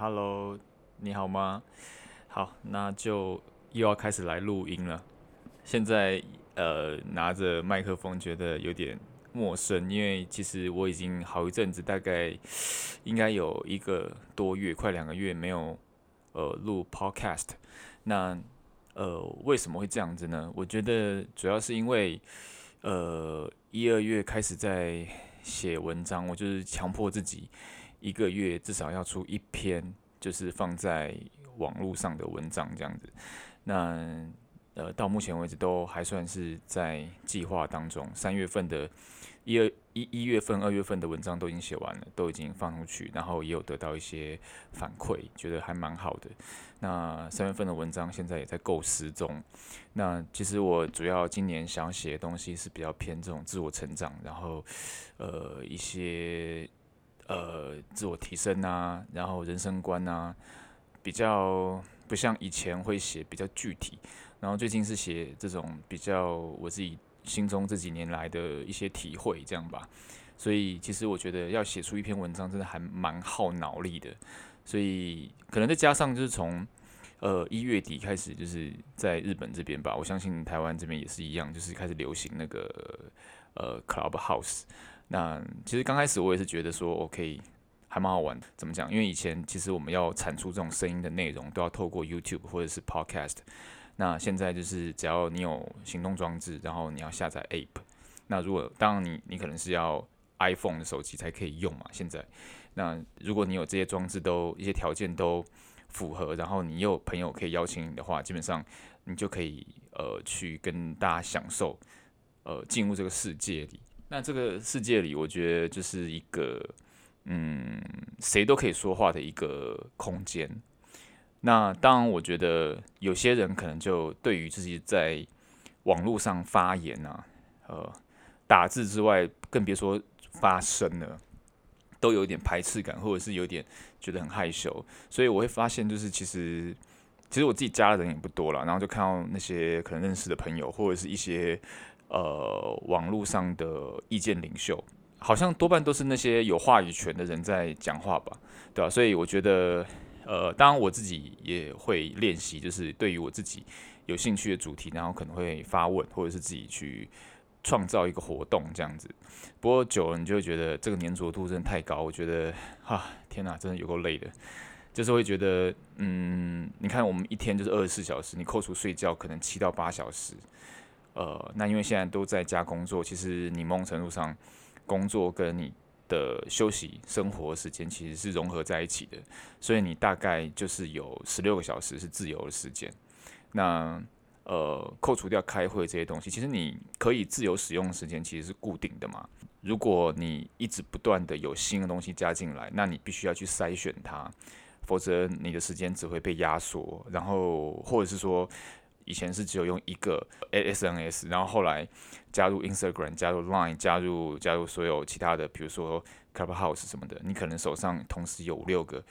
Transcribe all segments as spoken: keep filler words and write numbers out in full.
Hello，你好吗？好，那就又要开始来录音了。现在呃拿着麦克风觉得有点陌生，因为其实我已经好一阵子，大概应该有一个多月，快两个月没有呃录 Podcast。那呃为什么会这样子呢？我觉得主要是因为呃一二月开始在写文章，我就是强迫自己一个月至少要出一篇，就是放在网络上的文章这样子。那呃，到目前为止都还算是在计划当中。三月份的一二一一月份、二月份的文章都已经写完了，都已经放出去，然后也有得到一些反馈，觉得还蛮好的。那三月份的文章现在也在构思中。那其实我主要今年想写的东西是比较偏这种自我成长，然后呃一些呃自我提升啊，然后人生观啊，比较不像以前会写比较具体，然后最近是写这种比较我自己心中这几年来的一些体会，这样吧。所以其实我觉得要写出一篇文章，真的还蛮耗脑力的。所以可能再加上就是从呃一月底开始，就是在日本这边吧，我相信台湾这边也是一样，就是开始流行那个呃 Clubhouse。那其实刚开始我也是觉得说，OK，还蛮好玩的。怎么讲？因为以前其实我们要产出这种声音的内容，都要透过 YouTube 或者是 Podcast。那现在就是只要你有行动装置，然后你要下载 App。那如果当然你你可能是要 iPhone 的手机才可以用嘛，现在。那如果你有这些装置都一些条件都符合，然后你又有朋友可以邀请你的话，基本上你就可以呃去跟大家享受呃进入这个世界里。那这个世界里，我觉得就是一个嗯谁都可以说话的一个空间。那当然，我觉得有些人可能就对于自己在网络上发言啊，呃，打字之外，更别说发声了，都有一点排斥感，或者是有点觉得很害羞。所以我会发现，就是其实其实我自己加的人也不多了，然后就看到那些可能认识的朋友，或者是一些呃网络上的意见领袖，好像多半都是那些有话语权的人在讲话吧，对吧、所以我觉得，呃，当然我自己也会练习，就是对于我自己有兴趣的主题，然后可能会发问，或者是自己去创造一个活动这样子。不过久了，你就会觉得这个粘着度真的太高，我觉得啊，天哪，真的有够累的。就是会觉得，嗯，你看我们一天就是二十四小时，你扣除睡觉可能七到八小时，呃，那因为现在都在家工作，其实你某种程度上工作跟你的休息生活时间其实是融合在一起的，所以你大概就是有十六个小时是自由的时间。那呃，扣除掉开会这些东西，其实你可以自由使用的时间其实是固定的嘛。如果你一直不断的有新的东西加进来，那你必须要去筛选它，否则你的时间只会被压缩。然后或者是说，以前是只有用一个 S N S，然后后来加入 Instagram、加入 Line、加入加入所有其他的，比如说 Clubhouse 什么的，你可能手上同时有五六个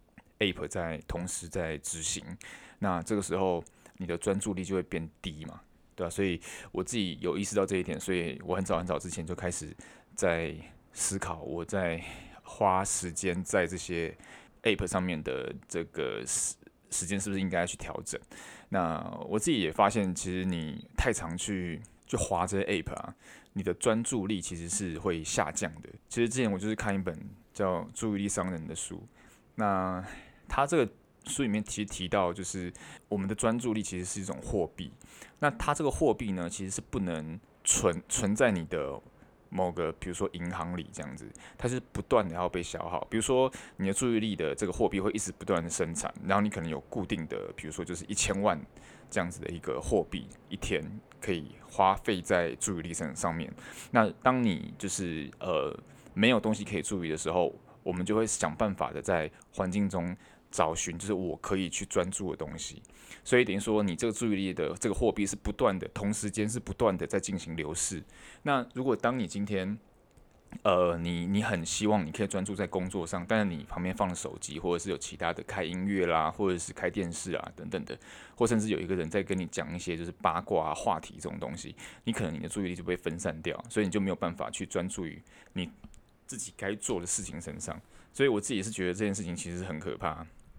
App 在同时在执行，那这个时候你的专注力就会变低嘛，对吧、啊所以我自己有意识到这一点，所以我很早很早之前就开始在思考，我在花时间在这些 App 上面的这个时时间是不是应该去调整。那我自己也发现，其实你太常去就滑这些 App 啊，你的专注力其实是会下降的。其实之前我就是看一本叫《注意力商人》的书，那他这个书里面其实提到，就是我们的专注力其实是一种货币。那它这个货币呢，其实是不能存存在你的某个，比如说银行里这样子，它是不断的要被消耗。比如说你的注意力的这个货币会一直不断的生产，然后你可能有固定的，比如说就是一千万这样子的一个货币，一天可以花费在注意力上上面。那当你就是呃没有东西可以注意的时候，我们就会想办法的在环境中找寻，就是我可以去专注的东西。所以等于说，你这个注意力的这个货币是不断的，同时间是不断的在进行流逝。那如果当你今天呃，你你很希望你可以专注在工作上，但是你旁边放了手机，或者是有其他的开音乐啦，或者是开电视啊等等的，或甚至有一个人在跟你讲一些就是八卦啊话题这种东西，你可能你的注意力就被分散掉，所以你就没有办法去专注于你自己该做的事情身上。所以我自己是觉得这件事情其实很可怕。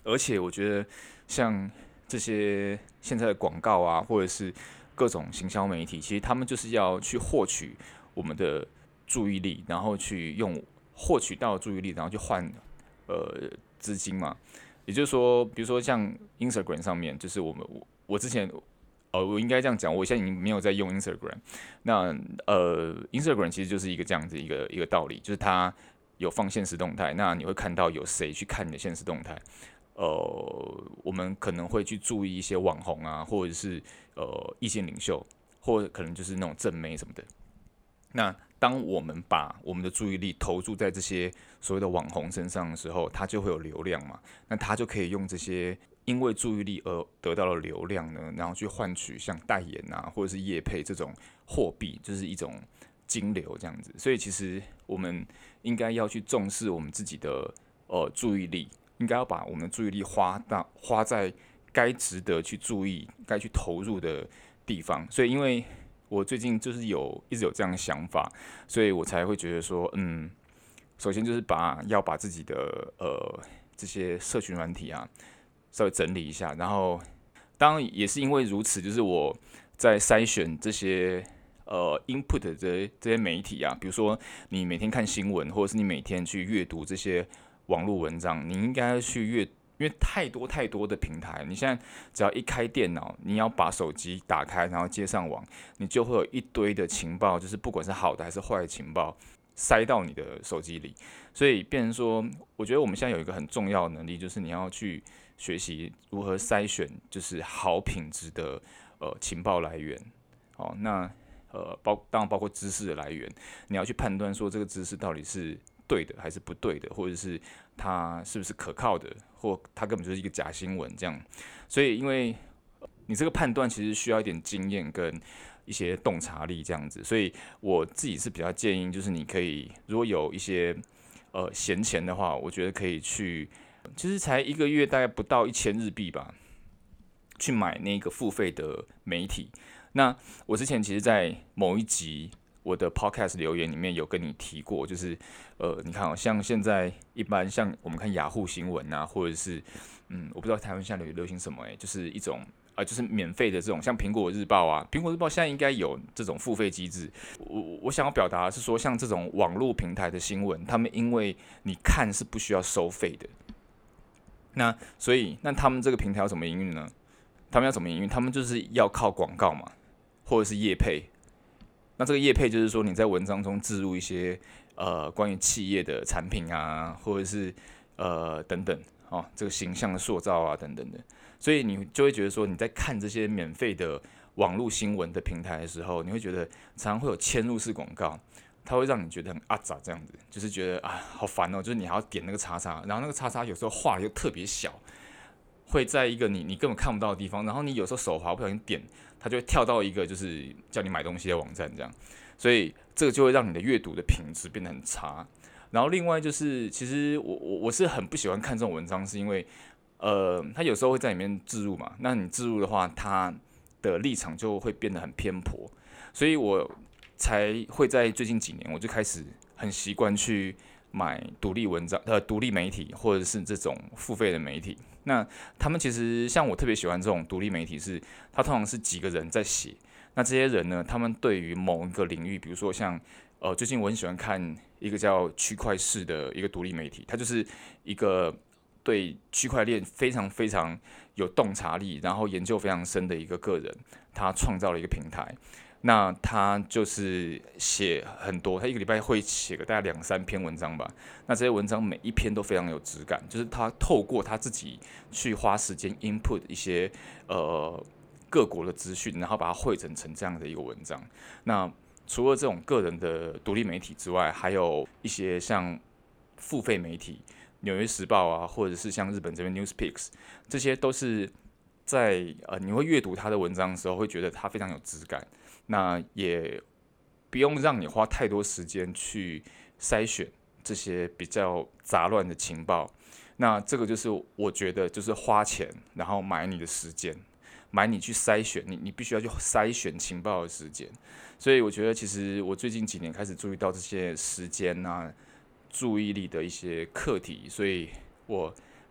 而且我觉得像这些现在的广告啊，或者是各种行销媒体，其实他们就是要去获取我们的注意力，然后去用获取到的注意力，然后去换呃资金嘛。也就是说，比如说像 Instagram 上面，就是我们我我之前呃我应该这样讲，我现在已经没有在用 Instagram。那呃 Instagram 其实就是一个这样子一个一个道理，就是它有放现实动态，那你会看到有谁去看你的现实动态。呃，我们可能会去注意一些网红啊，或者是呃意见领袖，或者可能就是那种正妹什么的。那当我们把我们的注意力投注在这些所谓的网红身上的时候，它就会有流量嘛，那它就可以用这些因为注意力而得到的流量呢，然后去换取像代言啊，或者是业配这种货币，就是一种金流这样子。所以其实我们应该要去重视我们自己的呃注意力，应该要把我们的注意力花到花在该值得去注意、该去投入的地方。所以因为我最近就是有一直有这样的想法，所以我才会觉得说，嗯，首先就是把要把自己的呃这些社群软体啊稍微整理一下，然后当然也是因为如此，就是我在筛选这些呃 input 的这些这些媒体啊，比如说你每天看新闻，或者是你每天去阅读这些网络文章，你应该去阅。因为太多太多的平台，你现在只要一开电脑，你要把手机打开，然后接上网，你就会有一堆的情报，就是不管是好的还是坏的情报，塞到你的手机里。所以变成说，我觉得我们现在有一个很重要的能力，就是你要去学习如何筛选，就是好品质的呃情报来源。哦，那呃包当然包括知识的来源，你要去判断说这个知识到底是对的还是不对的，或者是它是不是可靠的，或它根本就是一个假新闻这样。所以，因为你这个判断其实需要一点经验跟一些洞察力这样子，所以我自己是比较建议，就是你可以如果有一些呃闲钱的话，我觉得可以去，其实才一个月大概不到一千日币吧，去买那个付费的媒体。那我之前其实，在某一集我的 podcast 留言里面有跟你提过，就是呃，你看哦，像现在一般像我们看雅虎新闻啊，或者是嗯，我不知道台湾现在流流行什么、欸，就是一种啊、呃，就是免费的这种，像苹果日报啊，苹果日报现在应该有这种付费机制。我我想要表达的是说，像这种网络平台的新闻，他们因为你看是不需要收费的，那所以那他们这个平台要怎么营运呢？他们要怎么营运？他们就是要靠广告嘛，或者是业配。那这个业配就是说你在文章中置入一些呃关于企业的产品啊，或者是呃等等哦，这个形象的塑造啊等等的，所以你就会觉得说你在看这些免费的网络新闻的平台的时候，你会觉得常常会有嵌入式广告，它会让你觉得很阿杂这样子，就是觉得啊好烦哦，就是你还要点那个叉叉，然后那个叉叉有时候画的又特别小。会在一个你你根本看不到的地方，然后你有时候手滑不小心点，它就会跳到一个就是叫你买东西的网站这样，所以这个就会让你的阅读的品质变得很差。然后另外就是，其实我我我是很不喜欢看这种文章，是因为呃，它有时候会在里面置入嘛，那你置入的话，它的立场就会变得很偏颇，所以我才会在最近几年，我就开始很习惯去买独立文章呃独立媒体或者是这种付费的媒体。那他们其实像我特别喜欢这种独立媒体是，它通常是几个人在写。那这些人呢，他们对于某一个领域，比如说像呃，最近我很喜欢看一个叫区块市的一个独立媒体，它就是一个对区块链非常非常有洞察力，然后研究非常深的一个个人，他创造了一个平台。那他就是写很多，他一个礼拜会写个大概两三篇文章吧。那这些文章每一篇都非常有质感，就是他透过他自己去花时间 input 一些呃各国的资讯，然后把它汇整成这样的一个文章。那除了这种个人的独立媒体之外，还有一些像付费媒体，《纽约时报》啊，或者是像日本这边 Newspeaks， 这些都是在呃你会阅读他的文章的时候，会觉得他非常有质感。那也不用让你花太多时间去筛选这些比较杂乱的情报。那这个就是我觉得就是花钱，然后买你的时间，买你去筛选，你你必须要去筛选情报的时间。所以我觉得其实我最近几年开始注意到这些时间啊、注意力的一些课题，所以我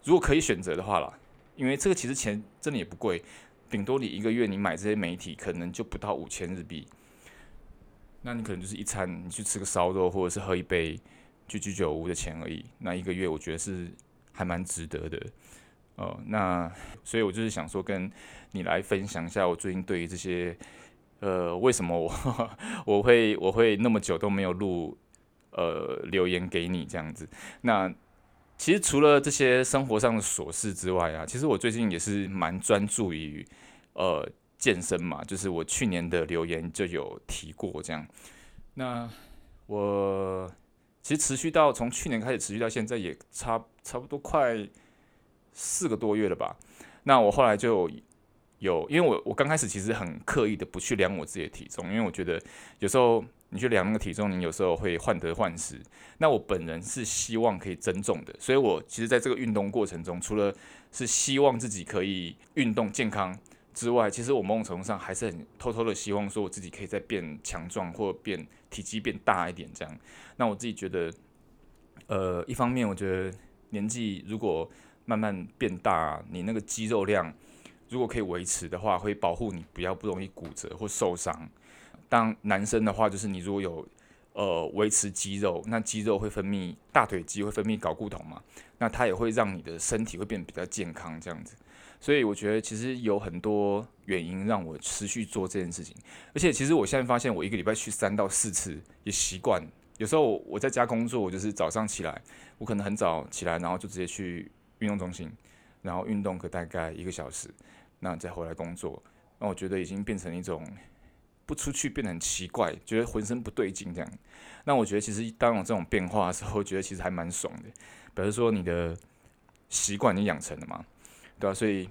如果可以选择的话啦，因为这个其实钱真的也不贵，顶多你一个月你买这些媒体可能就不到五千日币，那你可能就是一餐你去吃个烧肉或者是喝一杯去居酒屋的钱而已，那一个月我觉得是还蛮值得的。哦，那所以我就是想说跟你来分享一下我最近对于这些，呃，为什么我我会我会那么久都没有录呃留言给你这样子。那其实除了这些生活上的琐事之外啊，其实我最近也是蛮专注于呃健身嘛，就是我去年的留言就有提过这样。那我其实持续到从去年开始持续到现在也差差不多快四个多月了吧。那我后来就有，因为我我刚开始其实很刻意的不去量我自己的体重，因为我觉得有时候你去量那个体重，你有时候会患得患失。那我本人是希望可以增重的，所以我其实在这个运动过程中，除了是希望自己可以运动健康之外，其实我某种程度上还是很偷偷的希望说我自己可以再变强壮或变体积变大一点这样。那我自己觉得，呃，一方面我觉得年纪如果慢慢变大，你那个肌肉量如果可以维持的话，会保护你不要不容易骨折或受伤。当男生的话，就是你如果有呃维持肌肉，那肌肉会分泌大腿肌会分泌睾固酮嘛，那它也会让你的身体会变得比较健康这样子。所以我觉得其实有很多原因让我持续做这件事情，而且其实我现在发现我一个礼拜去三到四次也习惯。有时候我在家工作，我就是早上起来，我可能很早起来，然后就直接去运动中心，然后运动个大概一个小时，那再回来工作。那我觉得已经变成一种不出去变得很奇怪，觉得浑身不对劲这样。那我觉得其实当有这种变化的时候，我觉得其实还蛮爽的，表示说你的习惯已经养成了嘛，对啊，所以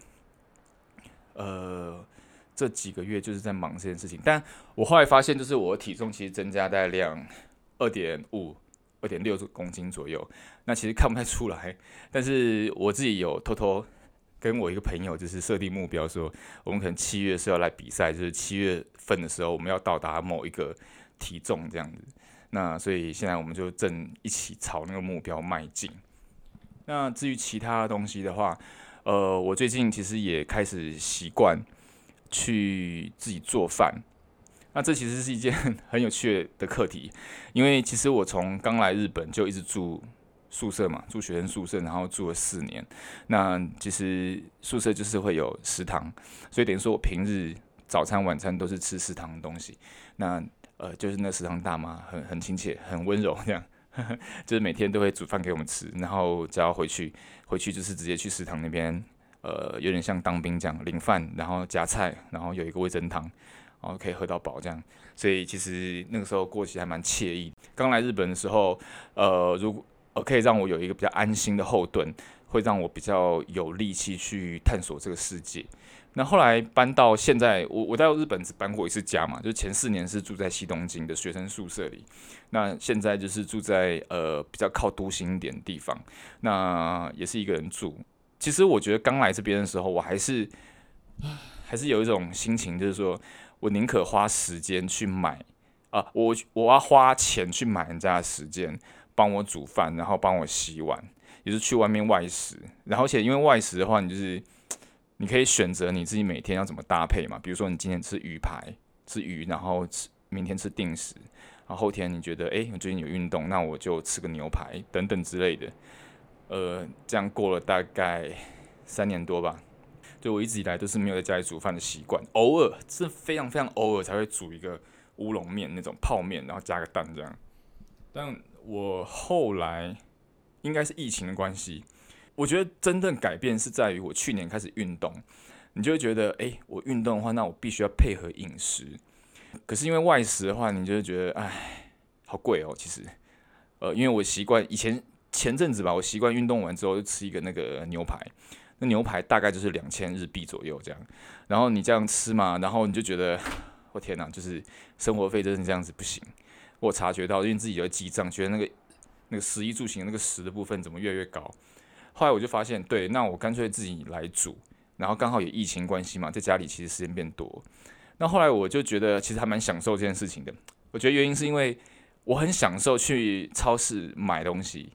呃这几个月就是在忙这件事情。但我后来发现，就是我的体重其实增加大概量二点五、二点六公斤左右，那其实看不太出来，但是我自己有偷偷跟我一个朋友就是设定目标说，我们可能七月是要来比赛，就是七月份的时候我们要到达某一个体重这样子。那所以现在我们就正一起朝那个目标迈进。那至于其他的东西的话，呃，我最近其实也开始习惯去自己做饭。那这其实是一件很有趣的课题，因为其实我从刚来日本就一直住宿舍嘛，住学生宿舍，然后住了四年。那其实宿舍就是会有食堂，所以等于说我平日早餐、晚餐都是吃食堂的东西。那呃，就是那食堂大妈很很亲切、很温柔这样，就是每天都会煮饭给我们吃，然后只要回去，回去就是直接去食堂那边，呃，有点像当兵这样领饭，然后夹菜，然后有一个味噌汤。然后可以喝到饱这样，所以其实那个时候过起来还蛮惬意。刚来日本的时候，呃，如果呃可以让我有一个比较安心的后盾，会让我比较有力气去探索这个世界。那后来搬到现在，我我在日本只搬过一次家嘛，就是前四年是住在西东京的学生宿舍里，那现在就是住在呃比较靠都心一点的地方，那也是一个人住。其实我觉得刚来这边的时候，我还是还是有一种心情，就是说我宁可花时间去买啊，我我要花钱去买人家的时间，帮我煮饭，然后帮我洗碗，也是去外面外食。然后而且因为外食的话，你就是你可以选择你自己每天要怎么搭配嘛。比如说你今天吃鱼排，吃鱼，然后吃明天吃定食，然后后天你觉得哎、欸，我最近有运动，那我就吃个牛排等等之类的。呃，这样过了大概三年多吧。就我一直以来都是没有在家里煮饭的习惯，偶尔是非常非常偶尔才会煮一个乌龙面那种泡面，然后加个蛋这样。但我后来应该是疫情的关系，我觉得真正改变是在于我去年开始运动，你就会觉得，哎、欸，我运动的话，那我必须要配合饮食。可是因为外食的话，你就会觉得，哎，好贵哦。其实，呃，因为我习惯以前前阵子吧，我习惯运动完之后就吃一个那个牛排。那牛排大概就是两千日币左右这样，然后你这样吃嘛，然后你就觉得，我天哪，就是生活费真的这样子不行。我察觉到，因为自己有记账，觉得那个那个食衣住行的那个食的部分怎么越来越高。后来我就发现，对，那我干脆自己来煮，然后刚好有疫情关系嘛，在家里其实时间变多。那后来我就觉得，其实还蛮享受这件事情的。我觉得原因是因为我很享受去超市买东西。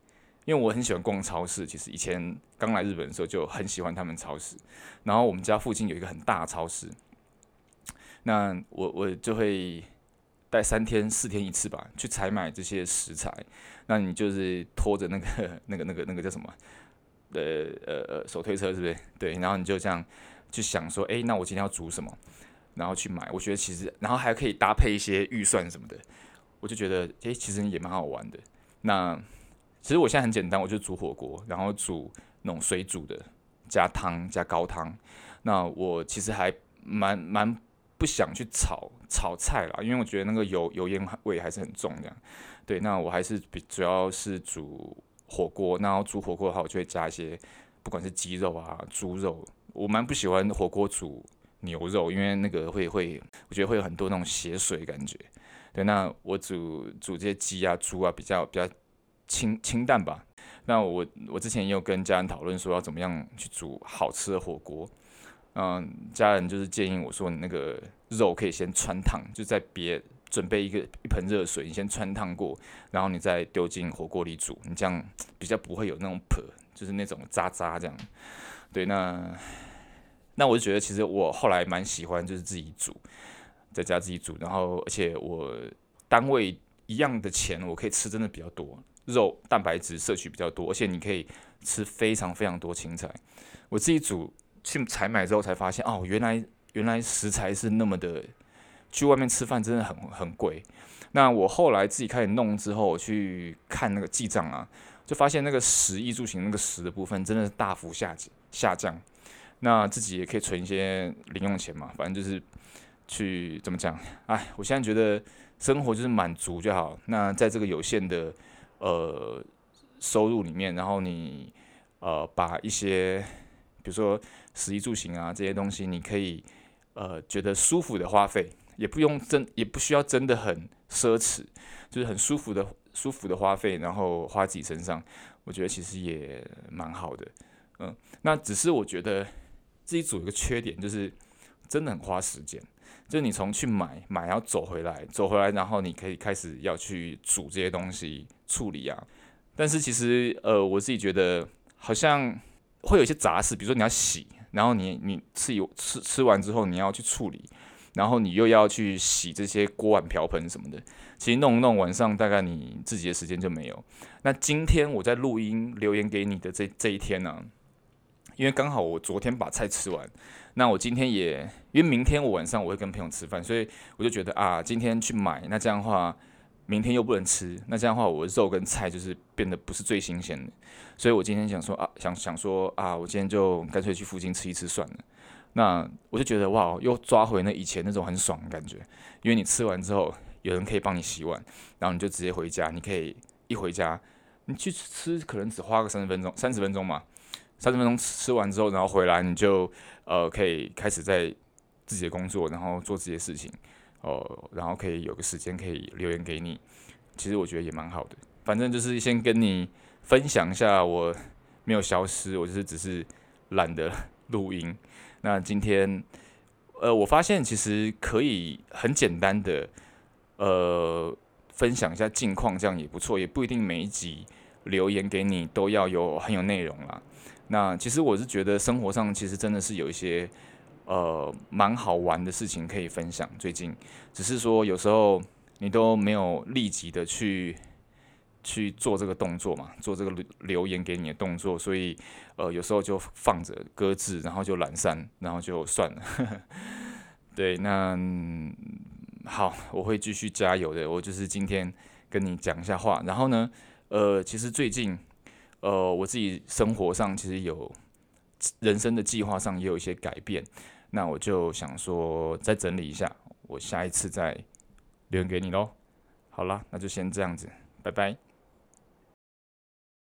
因为我很喜欢逛超市，其实以前刚来日本的时候就很喜欢他们超市。然后我们家附近有一个很大的超市，那我我就会带三天四天一次吧，去采买这些食材。那你就是拖着那个那个那个那个叫什么？呃呃呃手推车是不是？对，然后你就这样去想说，哎，那我今天要煮什么？然后去买。我觉得其实，然后还可以搭配一些预算什么的，我就觉得，哎，其实也蛮好玩的。那其实我现在很简单，我就煮火锅，然后煮那种水煮的，加汤加高汤。那我其实还蛮蛮不想去炒炒菜啦，因为我觉得那个油油烟味还是很重这样。对，那我还是比主要是煮火锅，然后煮火锅的话，我就会加一些不管是鸡肉啊、猪肉，我蛮不喜欢火锅煮牛肉，因为那个会会，我觉得会有很多那种血水感觉。对，那我煮煮这些鸡啊、猪啊，比较比较清清淡吧。那我我之前也有跟家人讨论说要怎么样去煮好吃的火锅。嗯，家人就是建议我说，你那个肉可以先穿烫，就在别准备一个一盆热水，你先穿烫过，然后你再丢进火锅里煮，你这样比较不会有那种婆，就是那种渣渣这样。对，那那我就觉得其实我后来蛮喜欢就是自己煮，在家自己煮，然后而且我单位一样的钱，我可以吃真的比较多，肉蛋白质摄取比较多，而且你可以吃非常非常多青菜。我自己煮去采买之后才发现，哦，原来原来食材是那么的，去外面吃饭真的很很贵。那我后来自己开始弄之后，我去看那个记账啊，就发现那个食衣住行那个食的部分真的是大幅下下降。那自己也可以存一些零用钱嘛，反正就是去怎么讲？哎，我现在觉得生活就是满足就好。那在这个有限的呃收入里面，然后你呃把一些比如说食衣住行啊这些东西，你可以呃觉得舒服的花费，也不用真也不需要真的很奢侈，就是很舒服的舒服的花费，然后花自己身上，我觉得其实也蛮好的。嗯，那只是我觉得自己煮一个缺点就是真的很花时间，就是你从去买买要走回来，走回来然后你可以开始要去煮这些东西处理啊。但是其实呃我自己觉得好像会有一些杂事，比如说你要洗，然后你你吃吃吃完之后你要去处理，然后你又要去洗这些锅碗瓢盆什么的，其实弄弄晚上大概你自己的时间就没有。那今天我在录音留言给你的这这一天呢、啊？因为刚好我昨天把菜吃完，那我今天也因为明天我晚上我会跟朋友吃饭，所以我就觉得啊，今天去买，那这样的话，明天又不能吃，那这样的话，我的肉跟菜就是变得不是最新鲜的，所以我今天想说啊，想想说啊，我今天就干脆去附近吃一吃算了。那我就觉得哇，又抓回那以前那种很爽的感觉，因为你吃完之后，有人可以帮你洗碗，然后你就直接回家，你可以一回家，你去吃可能只花个三十分钟，三十分钟嘛。三十分钟吃完之后，然后回来你就呃可以开始在自己的工作，然后做自己的事情，哦、呃，然后可以有个时间可以留言给你，其实我觉得也蛮好的。反正就是先跟你分享一下，我没有消失，我就是只是懒得录音。那今天呃，我发现其实可以很简单的呃分享一下近况，这样也不错，也不一定每一集留言给你都要有很有内容啦。那其实我是觉得生活上其实真的是有一些呃蛮好玩的事情可以分享。最近只是说有时候你都没有立即的去去做这个动作嘛，做这个留言给你的动作，所以呃有时候就放着搁置，然后就懒散，然后就算了。对，那、嗯、好，我会继续加油的。我就是今天跟你讲一下话，然后呢，呃，其实最近。呃，我自己生活上其实有人生的计划上也有一些改变，那我就想说再整理一下，我下一次再留言给你咯。好啦，那就先这样子，拜拜。